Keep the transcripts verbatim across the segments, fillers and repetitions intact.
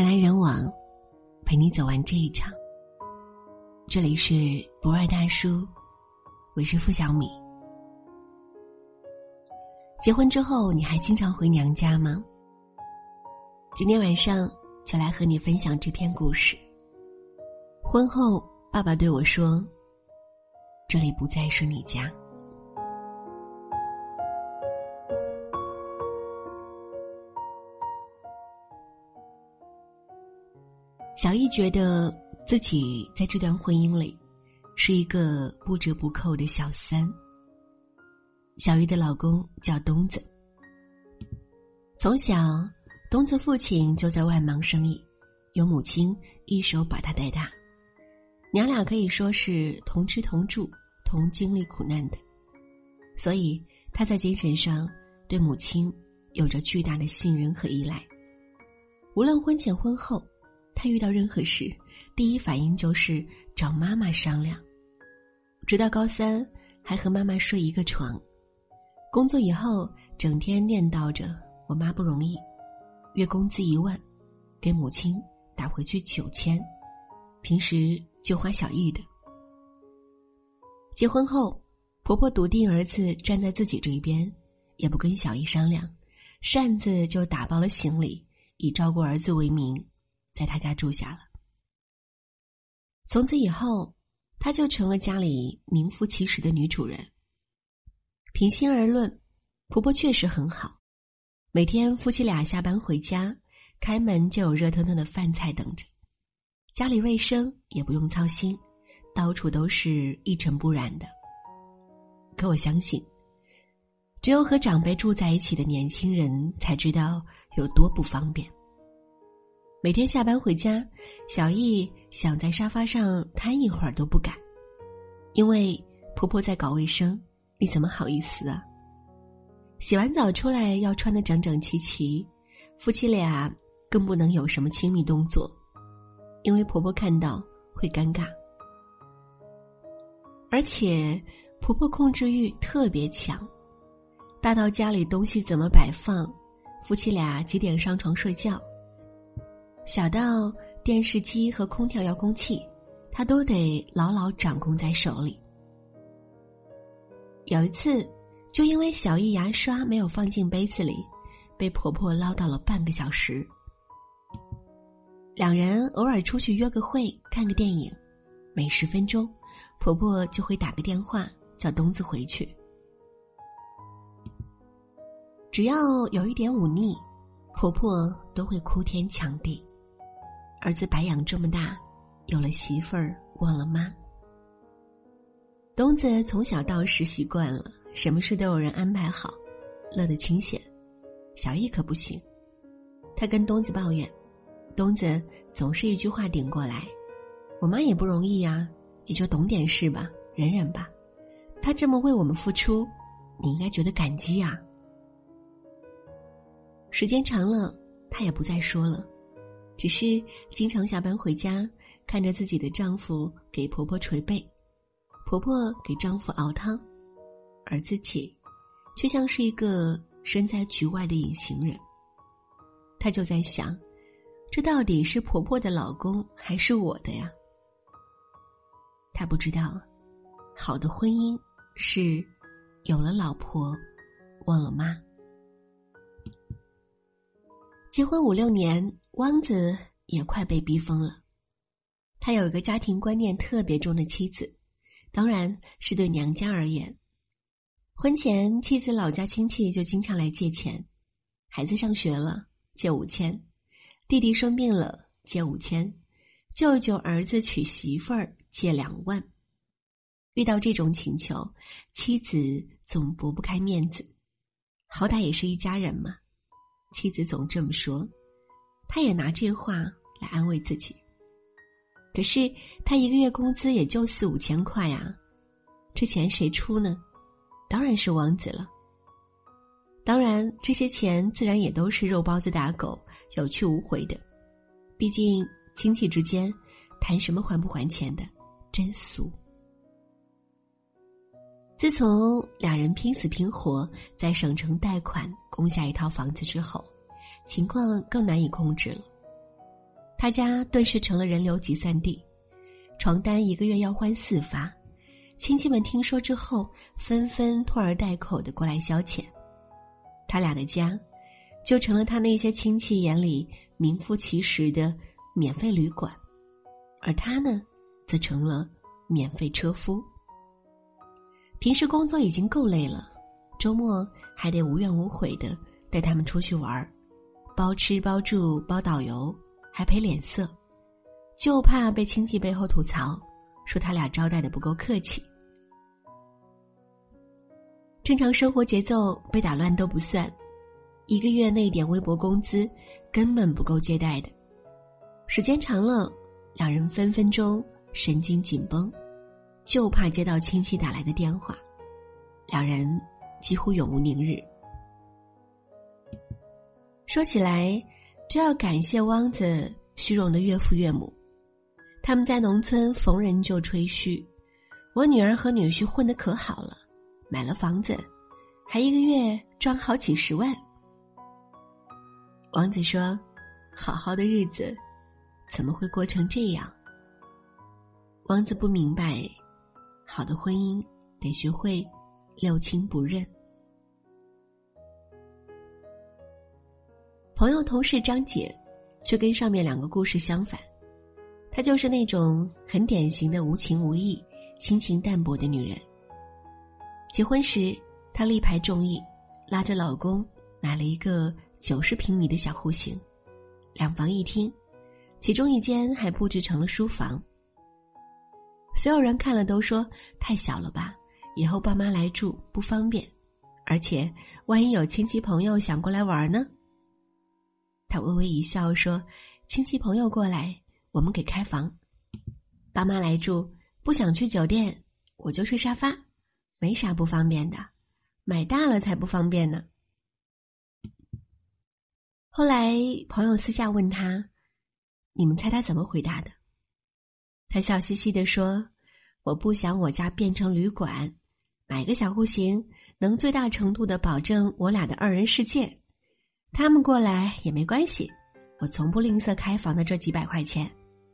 人来人往，陪你走完这一场。这里是不二大叔，我是付小米。结婚之后你还经常回娘家吗？今天晚上就来和你分享这篇故事。婚后爸爸对我说，这里不再是你家。小易觉得自己在这段婚姻里是一个不折不扣的小三。小易的老公叫东子，从小东子父亲就在外忙生意，由母亲一手把他带大，娘俩可以说是同吃同住同经历苦难的，所以他在精神上对母亲有着巨大的信任和依赖。无论婚前婚后，他遇到任何事第一反应就是找妈妈商量，直到高三还和妈妈睡一个床。工作以后整天念叨着我妈不容易，月工资一万，给母亲打回去九千，平时就花小易的。结婚后，婆婆笃定儿子站在自己这一边，也不跟小易商量，擅自就打包了行李，以照顾儿子为名在他家住下了。从此以后，她就成了家里名副其实的女主人。平心而论，婆婆确实很好，每天夫妻俩下班回家，开门就有热腾腾的饭菜等着，家里卫生也不用操心，到处都是一尘不染的。可我相信，只有和长辈住在一起的年轻人才知道有多不方便。每天下班回家，小易想在沙发上瘫一会儿都不敢，因为婆婆在搞卫生，你怎么好意思啊？洗完澡出来要穿得整整齐齐，夫妻俩更不能有什么亲密动作，因为婆婆看到会尴尬。而且婆婆控制欲特别强，大到家里东西怎么摆放，夫妻俩几点上床睡觉，小到电视机和空调遥控器，她都得牢牢掌控在手里。有一次，就因为小易牙刷没有放进杯子里，被婆婆唠叨了半个小时。两人偶尔出去约个会，看个电影，每十分钟，婆婆就会打个电话叫东子回去。只要有一点忤逆，婆婆都会哭天抢地。儿子白养这么大，有了媳妇儿忘了妈。东子从小到时习惯了，什么事都有人安排好，乐得清闲。小易可不行，他跟东子抱怨，东子总是一句话顶过来，我妈也不容易呀，你就懂点事吧，忍忍吧，她这么为我们付出，你应该觉得感激呀。时间长了，她也不再说了，只是经常下班回家，看着自己的丈夫给婆婆捶背，婆婆给丈夫熬汤，而自己却像是一个身在局外的隐形人。她就在想，这到底是婆婆的老公还是我的呀？她不知道，好的婚姻是有了老婆忘了妈。结婚五六年，汪子也快被逼疯了。他有一个家庭观念特别重的妻子，当然是对娘家而言。婚前妻子老家亲戚就经常来借钱，孩子上学了借五千，弟弟生病了借五千，舅舅儿子娶媳妇儿借两万。遇到这种请求，妻子总驳不开面子，好歹也是一家人嘛，妻子总这么说，他也拿这话来安慰自己。可是他一个月工资也就四五千块啊，这钱谁出呢？当然是王子了。当然这些钱自然也都是肉包子打狗，有去无回的，毕竟亲戚之间谈什么还不还钱的，真俗。自从两人拼死拼活在省城贷款攻下一套房子之后，情况更难以控制了。 他家顿时成了人流集散地，床单一个月要换四发，亲戚们听说之后纷纷拖儿带口的过来消遣。他俩的家就成了他那些亲戚眼里名副其实的免费旅馆，而他呢，则成了免费车夫。平时工作已经够累了，周末还得无怨无悔的带他们出去玩，包吃包住包导游，还赔脸色，就怕被亲戚背后吐槽，说他俩招待的不够客气。正常生活节奏被打乱都不算，一个月那点微薄工资根本不够接待的。时间长了，两人分分钟神经紧绷，就怕接到亲戚打来的电话，两人几乎永无宁日。说起来，这要感谢汪子虚荣的岳父岳母，他们在农村逢人就吹嘘，我女儿和女婿混得可好了，买了房子，还一个月赚好几十万。王子说，好好的日子怎么会过成这样？王子不明白，好的婚姻得学会六亲不认。朋友同事张姐却跟上面两个故事相反，她就是那种很典型的无情无义、亲情淡薄的女人。结婚时，她力排众议，拉着老公买了一个九十平米的小户型，两房一厅，其中一间还布置成了书房。所有人看了都说太小了吧，以后爸妈来住不方便，而且万一有亲戚朋友想过来玩呢？他微微一笑说，亲戚朋友过来我们给开房，爸妈来住不想去酒店我就睡沙发，没啥不方便的，买大了才不方便呢。后来朋友私下问他，你们猜他怎么回答的？他笑嘻嘻地说，我不想我家变成旅馆，买个小户型能最大程度地保证我俩的二人世界，他们过来也没关系，我从不吝啬开房的这几百块钱。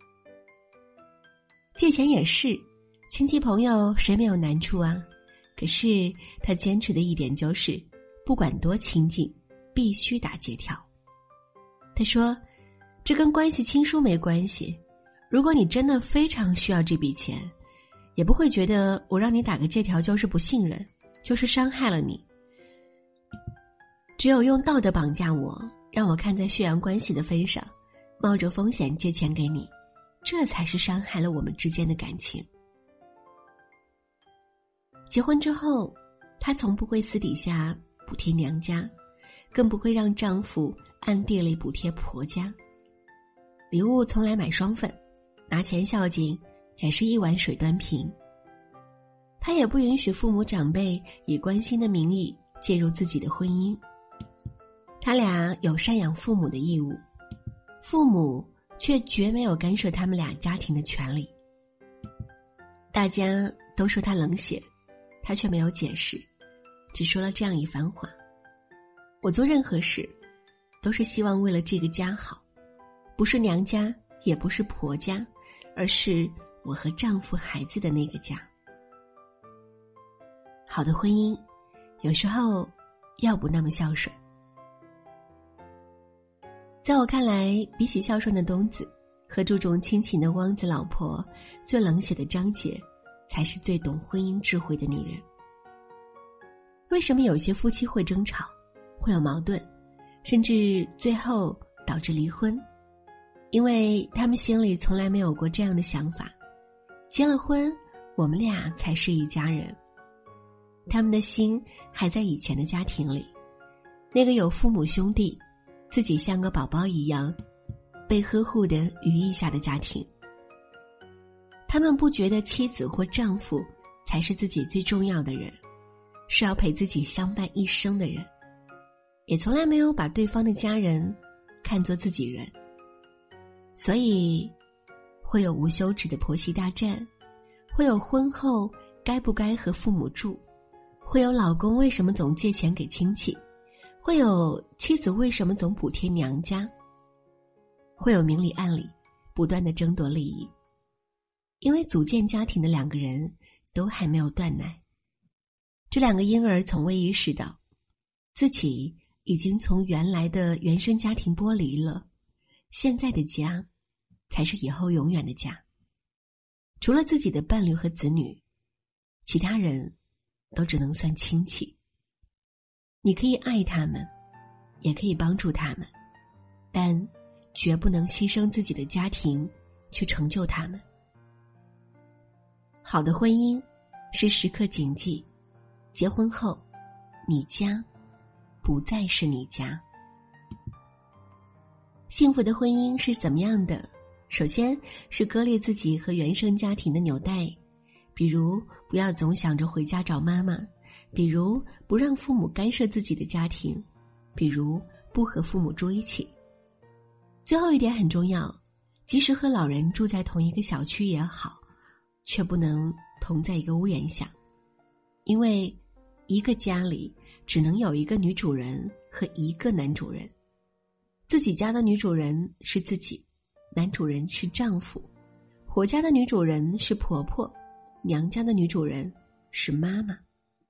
借钱也是，亲戚朋友谁没有难处啊？可是他坚持的一点就是，不管多亲近，必须打借条。他说，这跟关系亲疏没关系，如果你真的非常需要这笔钱，也不会觉得我让你打个借条就是不信任，就是伤害了你。只有用道德绑架我，让我看在血缘关系的份上，冒着风险借钱给你，这才是伤害了我们之间的感情。结婚之后，她从不会私底下补贴娘家，更不会让丈夫暗地里补贴婆家。礼物从来买双份，拿钱孝敬也是一碗水端平。她也不允许父母长辈以关心的名义介入自己的婚姻。他俩有赡养父母的义务，父母却绝没有干涉他们俩家庭的权利。大家都说他冷血，他却没有解释，只说了这样一番话，我做任何事都是希望为了这个家好，不是娘家也不是婆家，而是我和丈夫孩子的那个家。好的婚姻有时候要不那么孝顺。在我看来，比起孝顺的东子和注重亲情的汪子老婆，最冷血的张姐才是最懂婚姻智慧的女人。为什么有些夫妻会争吵，会有矛盾，甚至最后导致离婚？因为他们心里从来没有过这样的想法，结了婚我们俩才是一家人。他们的心还在以前的家庭里，那个有父母兄弟，自己像个宝宝一样被呵护的羽翼下的家庭。他们不觉得妻子或丈夫才是自己最重要的人，是要陪自己相伴一生的人，也从来没有把对方的家人看作自己人。所以会有无休止的婆媳大战，会有婚后该不该和父母住，会有老公为什么总借钱给亲戚，会有妻子为什么总补贴娘家，会有明里暗里不断的争夺利益。因为组建家庭的两个人都还没有断奶，这两个婴儿从未意识到自己已经从原来的原生家庭剥离了，现在的家才是以后永远的家。除了自己的伴侣和子女，其他人都只能算亲戚。你可以爱他们，也可以帮助他们，但绝不能牺牲自己的家庭去成就他们。好的婚姻是时刻谨记，结婚后你家不再是你家。幸福的婚姻是怎么样的？首先是割裂自己和原生家庭的纽带，比如不要总想着回家找妈妈，比如不让父母干涉自己的家庭，比如不和父母住一起。最后一点很重要，即使和老人住在同一个小区也好，却不能同在一个屋檐下，因为一个家里只能有一个女主人和一个男主人。自己家的女主人是自己，男主人是丈夫；婆家的女主人是婆婆，娘家的女主人是妈妈。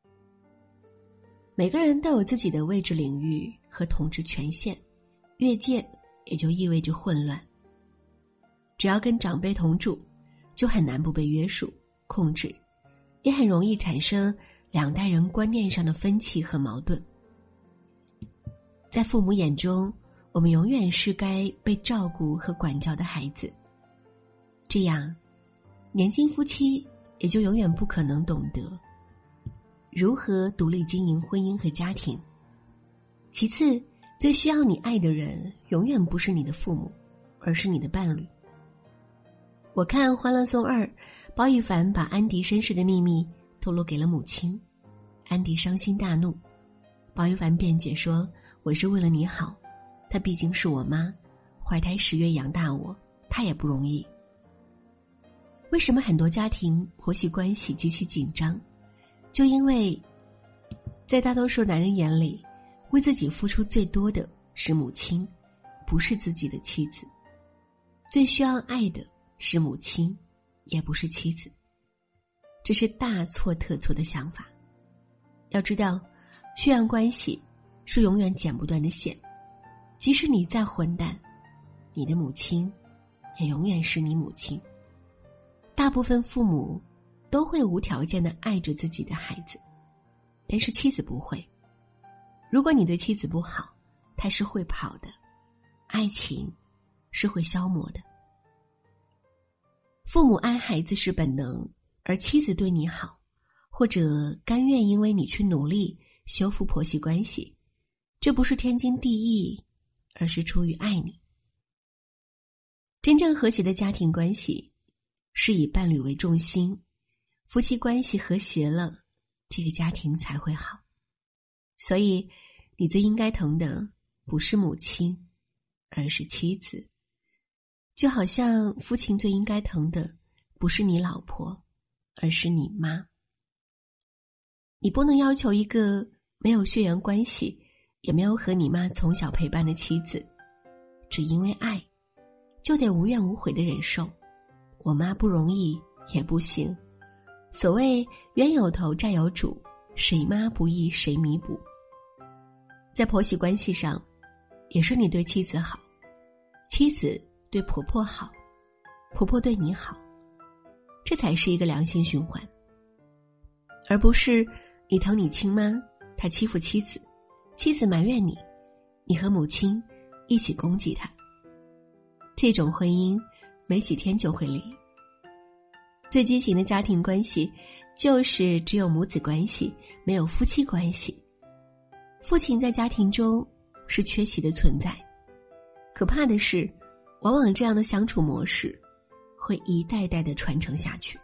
每个人都有自己的位置领域和统治权限，越界也就意味着混乱。只要跟长辈同住，就很难不被约束、控制，也很容易产生两代人观念上的分歧和矛盾。在父母眼中，我们永远是该被照顾和管教的孩子，这样，年轻夫妻也就永远不可能懂得如何独立经营婚姻和家庭。其次，最需要你爱的人永远不是你的父母，而是你的伴侣。我看《欢乐颂二》，包玉凡把安迪身世的秘密透露给了母亲，安迪伤心大怒。包玉凡辩解说，我是为了你好，她毕竟是我妈，怀胎十月养大我，她也不容易。为什么很多家庭婆媳关系极其紧张？就因为在大多数男人眼里，为自己付出最多的是母亲，不是自己的妻子。最需要爱的是母亲，也不是妻子。这是大错特错的想法。要知道，血缘关系是永远剪不断的线，即使你再混蛋，你的母亲也永远是你母亲。大部分父母都会无条件地爱着自己的孩子，但是妻子不会。如果你对妻子不好，她是会跑的，爱情是会消磨的。父母爱孩子是本能，而妻子对你好，或者甘愿因为你去努力修复婆媳关系，这不是天经地义，而是出于爱你。真正和谐的家庭关系是以伴侣为重心，夫妻关系和谐了，这个家庭才会好。所以你最应该疼的不是母亲，而是妻子。就好像父亲最应该疼的不是你老婆，而是你妈。你不能要求一个没有血缘关系，也没有和你妈从小陪伴的妻子，只因为爱就得无怨无悔的忍受我妈不容易也不行。所谓冤有头债有主，谁妈不义谁弥补。在婆媳关系上，也是你对妻子好，妻子对婆婆好，婆婆对你好，这才是一个良性循环，而不是你疼你亲妈，她欺负妻子，妻子埋怨你，你和母亲一起攻击她。这种婚姻没几天就会离。最畸形的家庭关系就是只有母子关系，没有夫妻关系。父亲在家庭中是缺席的存在，可怕的是往往这样的相处模式会一代代的传承下去。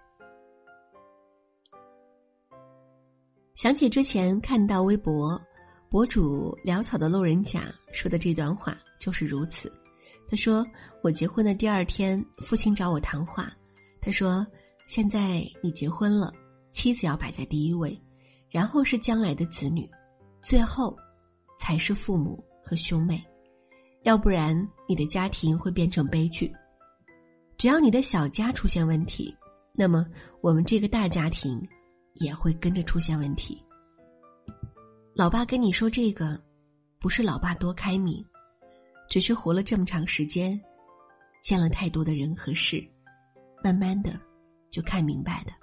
想起之前看到微博博主潦草的路人甲说的这段话就是如此。他说，我结婚的第二天，父亲找我谈话，他说，现在你结婚了，妻子要摆在第一位，然后是将来的子女，最后才是父母和兄妹，要不然你的家庭会变成悲剧。 只要你的小家出现问题，那么我们这个大家庭也会跟着出现问题。老爸跟你说这个，不是老爸多开明，只是活了这么长时间，见了太多的人和事，慢慢的就看明白的。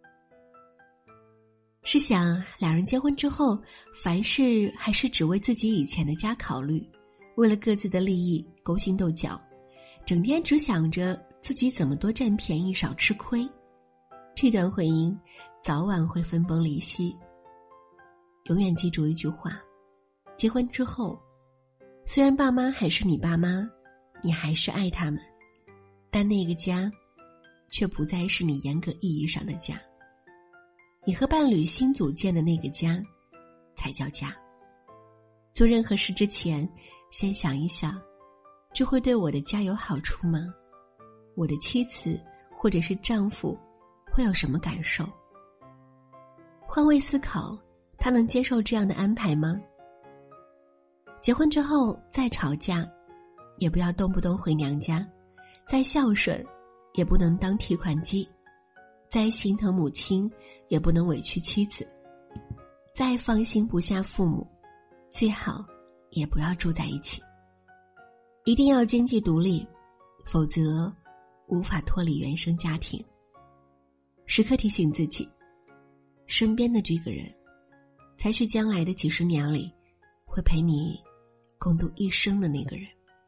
试想两人结婚之后，凡事还是只为自己以前的家考虑，为了各自的利益勾心斗角，整天只想着自己怎么多占便宜少吃亏，这段婚姻早晚会分崩离析。永远记住一句话，结婚之后，虽然爸妈还是你爸妈，你还是爱他们，但那个家却不再是你严格意义上的家。你和伴侣新组建的那个家才叫家。做任何事之前，先想一想，这会对我的家有好处吗？我的妻子或者是丈夫会有什么感受？换位思考，他能接受这样的安排吗？结婚之后再吵架，也不要动不动回娘家；再孝顺，也不能当提款机；再心疼母亲，也不能委屈妻子；再放心不下父母，最好也不要住在一起。一定要经济独立，否则无法脱离原生家庭。时刻提醒自己，身边的这个人才是将来的几十年里会陪你共度一生的那个人。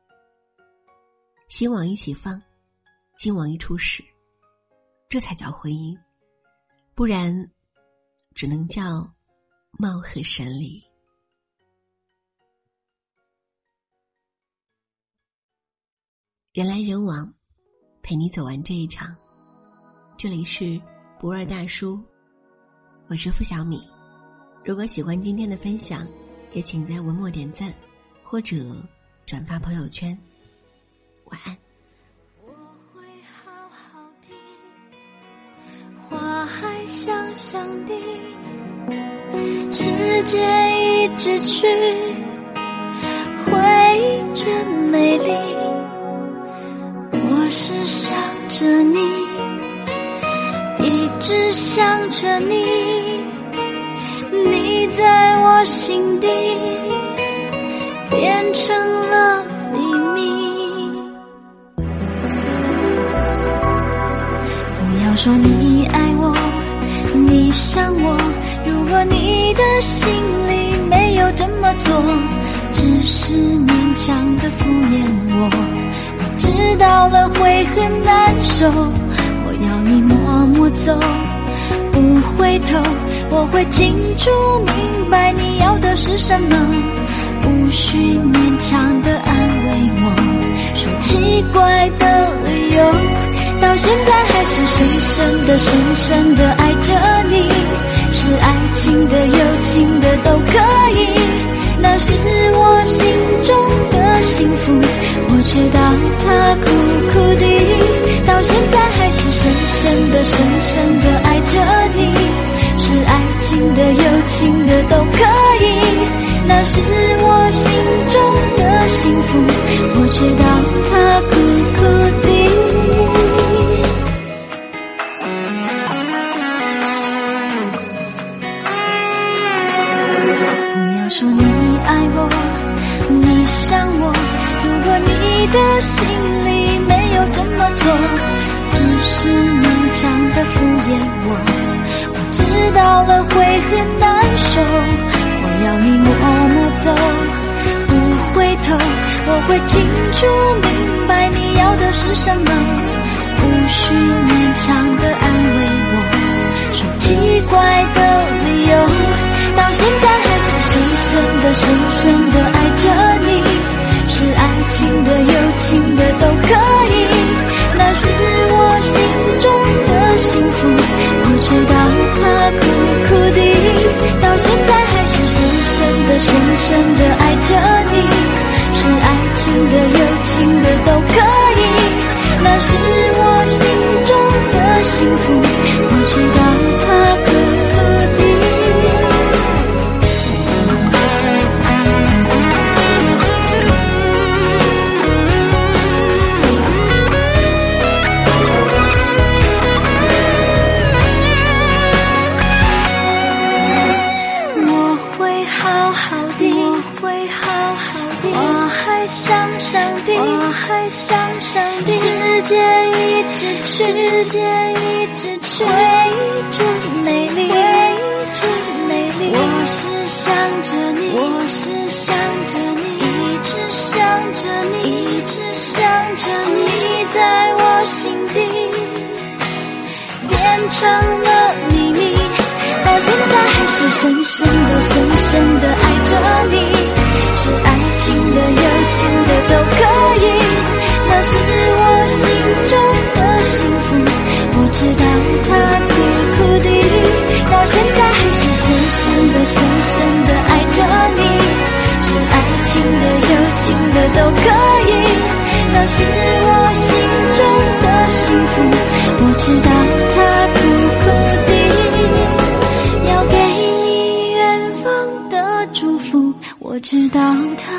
心往一起放，劲往一处使，这才叫婚姻，不然只能叫貌合神离。人来人往，陪你走完这一场。这里是不二大叔，我是付小米。如果喜欢今天的分享，也请在文末点赞或者转发朋友圈。晚安。 我会好好的，花还香香的，时间一直去，回忆真美丽。我是想着你，一直想着你，你在我心底变成了秘密。不要说你爱我，你想我，如果你的心里没有这么做，只是勉强的敷衍我，我知道了会很难受。我要你默默走，不回头，我会清楚明白你要的是什么，无需勉强的安慰我，说奇怪的理由，到现在还是深深的深深的爱着你，是爱情的友情的都可以，那是我心中的幸福，我知道它苦苦的，到现在还是深深的深深的爱着你，是爱情的友情的都可以，那是我心中的幸福，我知道它苦苦的。不要说你爱我，你想我，如果你的心里没有这么做，只是勉强的敷衍我，我知道了会很难受。我要你默默走，不回头，我会清楚明白你要的是什么，无需勉强的安慰我，说奇怪的理由，到现在还是深深的深深的爱着你，是爱情的友情的都可以，那是我心中的幸福，我知道它苦苦的，到现在还是深深的深深的爱着你，是爱情的友情的都可以，那是我心中的幸福，我知道它苦苦的。 好好的，我会好好的，我还想上帝，我还想上帝，世界一直去，世界一直去，回忆真美丽，回忆真美丽，我是想着你，我是想着你，一直想着你，一直想着你，在我心底变成了秘密，到现在还是深深的深深的爱着你，是爱情的友情的都可以，那是我心中的幸福，我知道它苦苦的，到现在还是深深的深深的爱着你，是爱情的友情的都可以，那是我心中的幸福，我知道它苦苦的，要给你远方的祝福，我知道它